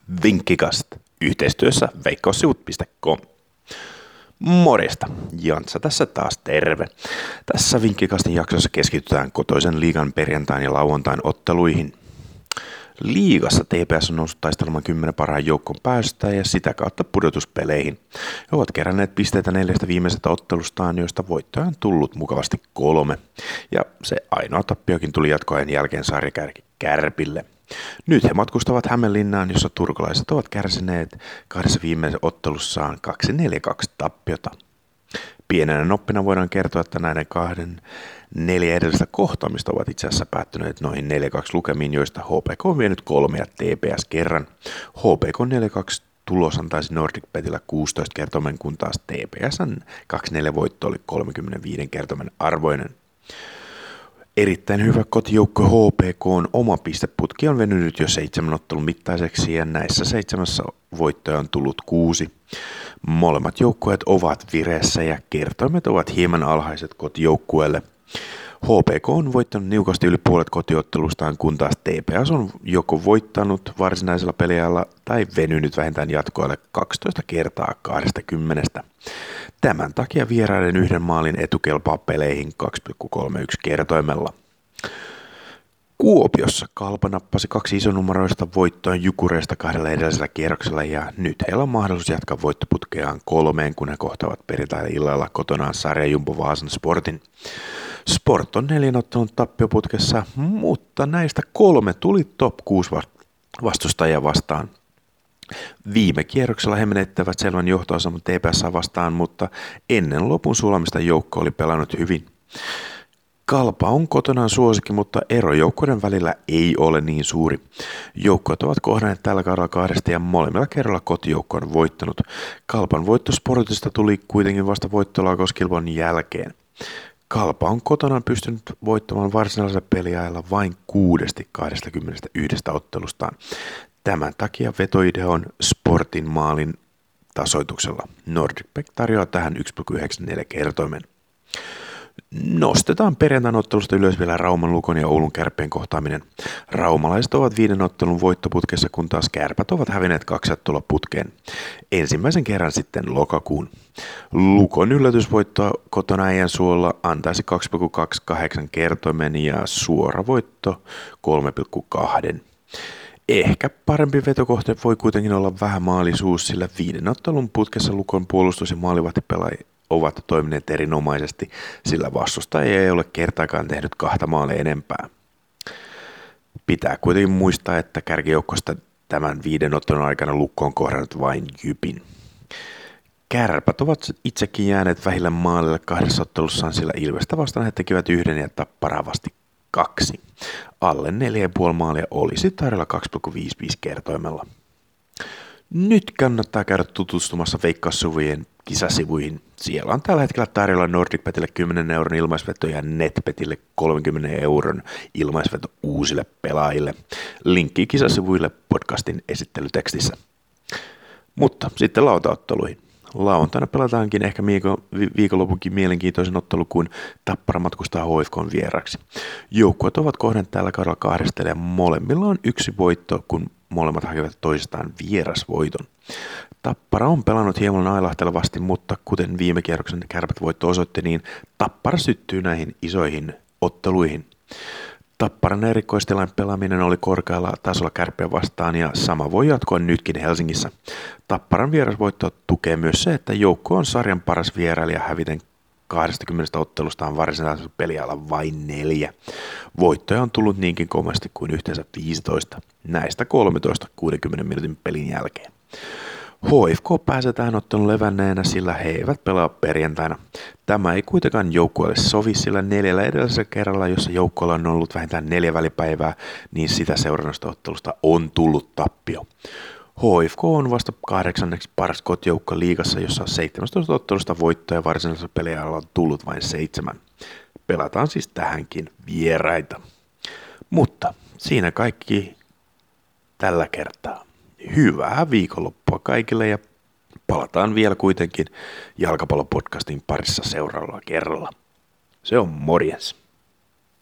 Vinkkikast yhteistyössä veikkaussivut.com. Morjesta, Jantsa tässä taas terve. Tässä Vinkkikastin jaksossa keskitytään kotoisen liigan perjantain ja lauantain otteluihin. Liigassa TPS on noussut taistelemaan 10 parhaan joukkoon päästä ja sitä kautta pudotuspeleihin. He ovat keränneet pisteitä 4 viimeisestä ottelustaan, joista voittoja on tullut mukavasti 3. Ja se ainoa tappiokin tuli jatkoajan jälkeen sarjakärki Kärpille. Nyt he matkustavat Hämeenlinnaan, jossa turkulaiset ovat kärsineet 2 viimeisessä ottelussaan 2-4-2 tappiota. Pienenä noppina voidaan kertoa, että näiden 4 edellistä kohtaamista ovat itse asiassa päättyneet noihin 4-2 lukemiin, joista HPK on vienyt 3 ja TPS kerran. HPK 4-2 tulos antaisi NordicBetillä 16 kertomen, kun taas TPS:n 2-4 voitto oli 35 kertomen arvoinen. Erittäin hyvä kotijoukko HPK:n oma pisteputki on venynyt jo 7 ottelun mittaiseksi ja näissä 7 voittoja on tullut 6. Molemmat joukkueet ovat vireessä ja kertoimet ovat hieman alhaiset kotijoukkueelle. HPK on voittanut niukasti yli puolet kotiottelustaan, kun taas TPS on joko voittanut varsinaisella peliajalla tai venynyt vähintään jatkoajalle 12 kertaa 20. Tämän takia vieraiden yhden maalin etu kelpaa peleihin 2,31 kertoimella. Kuopiossa Kalpa nappasi 2 isonumeroista voittoa Jukureista 2 edellisellä kierroksella ja nyt heillä on mahdollisuus jatkaa voittoputkeaan 3, kun he kohtaavat perjantaina illalla kotonaan sarjajumbo Vaasan Sportin. Sport on 4 ottelun tappioputkessa, mutta näistä 3 tuli top 6 vastustajia vastaan. Viime kierroksella he menettävät selvän johtoaseman TPS vastaan, mutta ennen lopun sulamista joukko oli pelannut hyvin. Kalpa on kotonaan suosikki, mutta ero joukkueiden välillä ei ole niin suuri. Joukkueet ovat kohdanneet tällä kaudella 2 ja molemmilla kerralla kotijoukko on voittanut. Kalpan voitto Sportista tuli kuitenkin vasta voittolaukaus-kilpailun jälkeen. Kalpa on kotonaan pystynyt voittamaan varsinaisella peliajalla vain 6 21 ottelustaan. Tämän takia vetoidea on Sportin maalin tasoituksella. NordicBet tarjoaa tähän 1,94 kertoimen. Nostetaan perjantain ottelusta ylös vielä Rauman Lukon ja Oulun Kärppien kohtaaminen. Raumalaiset ovat 5 ottelun voittoputkessa, kun taas Kärpät ovat hävinneet 2 ottelua putkeen. Ensimmäisen kerran sitten lokakuun. Lukon yllätysvoitto kotona Äijänsuolla antaisi 2,28 kertoimen ja suora voitto 3,2. Ehkä parempi vetokohte voi kuitenkin olla vähän maalisuus, sillä 5 ottelun putkessa Lukon puolustus- ja maalivahtipelaajia ovat toimineet erinomaisesti, sillä vastustaja ei ole kertaakaan tehnyt 2 maalia enempää. Pitää kuitenkin muistaa, että kärkijoukkosta tämän 5 ottelun aikana Lukko on kohdannut vain Jypin. Kärpät ovat itsekin jääneet vähille maalille 2 ottelussaan, sillä Ilvestä vastaan he tekivät 1 ja Tapparaa vasti 2. Alle 4,5 maalia olisi tarjolla 2,55 kertoimella. Nyt kannattaa käydä tutustumassa Veikkaussuvien kisasivuihin. Siellä on tällä hetkellä tarjolla NordicBetille 10 euron ilmaisveto ja NetBetille 30 euron ilmaisveto uusille pelaajille. Linkki kisasivuille podcastin esittelytekstissä. Mutta sitten lautaotteluihin. Lauantaina pelataankin ehkä viikonlopunkin mielenkiintoisen ottelu, kun Tappara matkustaa HFK:n vieraksi. Joukkueet ovat kohdanneet tällä kaudella 2 ja molemmilla on 1 voitto, kun molemmat hakevat toistaan vierasvoiton. Tappara on pelannut hieman ailahtelevasti, mutta kuten viime kierroksen Kärpät voitto osoitti, niin Tappara syttyy näihin isoihin otteluihin. Tapparan erikoistilain pelaaminen oli korkealla tasolla Kärppiä vastaan ja sama voi jatkua nytkin Helsingissä. Tapparan vierasvoitto tukee myös se, että joukko on sarjan paras vierailija häviten 20 ottelustaan varsinaisella peliajalla vain 4. Voittoja on tullut niinkin kovasti kuin yhteensä 15, näistä 13 60 minuutin pelin jälkeen. HFK pääsee tähän ottelun levänneenä, sillä he eivät pelaa perjantaina. Tämä ei kuitenkaan joukkueelle sovi, sillä 4 edellisellä kerralla, jossa joukkueella on ollut vähintään 4 välipäivää, niin sitä seurannasta ottelusta on tullut tappio. HFK on vasta 8. paras kotijoukko liigassa, jossa 17 ottelusta voittoja varsinaisella peliajalla on tullut vain 7. Pelataan siis tähänkin vieraita. Mutta siinä kaikki tällä kertaa. Hyvää viikonloppua kaikille ja palataan vielä kuitenkin jalkapallopodcastin parissa seuraavalla kerralla. Se on morjens.